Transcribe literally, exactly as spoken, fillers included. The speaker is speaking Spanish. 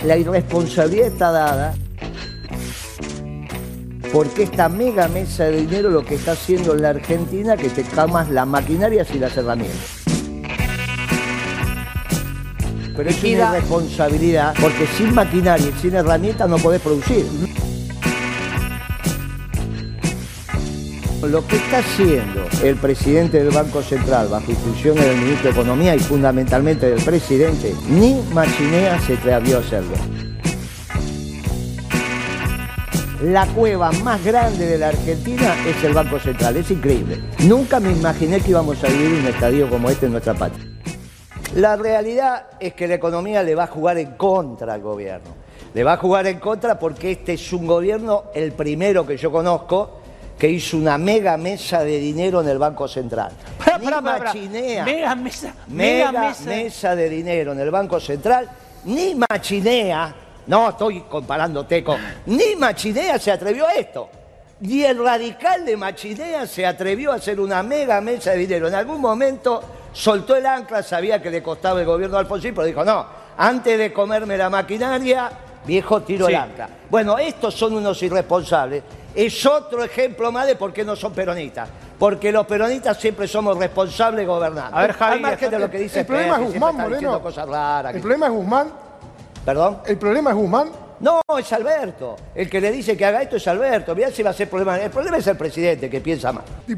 La irresponsabilidad está dada porque esta mega mesa de dinero lo que está haciendo en la Argentina que te camas las maquinarias y las herramientas. Pero es una irresponsabilidad porque sin maquinaria y sin herramientas no podés producir. Lo que está haciendo el presidente del Banco Central bajo instrucciones del ministro de Economía y fundamentalmente del presidente, ni Machinea se atrevió a hacerlo. La cueva más grande de la Argentina es el Banco Central, es increíble. Nunca me imaginé que íbamos a vivir un estadio como este en nuestra patria. La realidad es que la economía le va a jugar en contra al gobierno. Le va a jugar en contra porque este es un gobierno, el primero que yo conozco, que hizo una mega mesa de dinero en el Banco Central. Para, ni para, para, machinea, mega mesa, mega mega mesa. mesa de dinero en el Banco Central, ni machinea, no estoy comparándote con, ni machinea se atrevió a esto. Ni el radical de Machinea se atrevió a hacer una mega mesa de dinero. En algún momento soltó el ancla, sabía que le costaba el gobierno de Alfonsín, pero dijo, no, antes de comerme la maquinaria, viejo, tiro sí. el ancla. Bueno, estos son unos irresponsables. Es otro ejemplo más de por qué no son peronistas. Porque los peronistas siempre somos responsables gobernando. A ver, Javi, al margen de lo que dice el problema Pérez, es Guzmán, Moreno. Cosas raras, el que... problema es Guzmán. ¿Perdón? El problema es Guzmán. No, es Alberto. El que le dice que haga esto es Alberto. Mirá si va a ser problema. El problema es el presidente que piensa mal.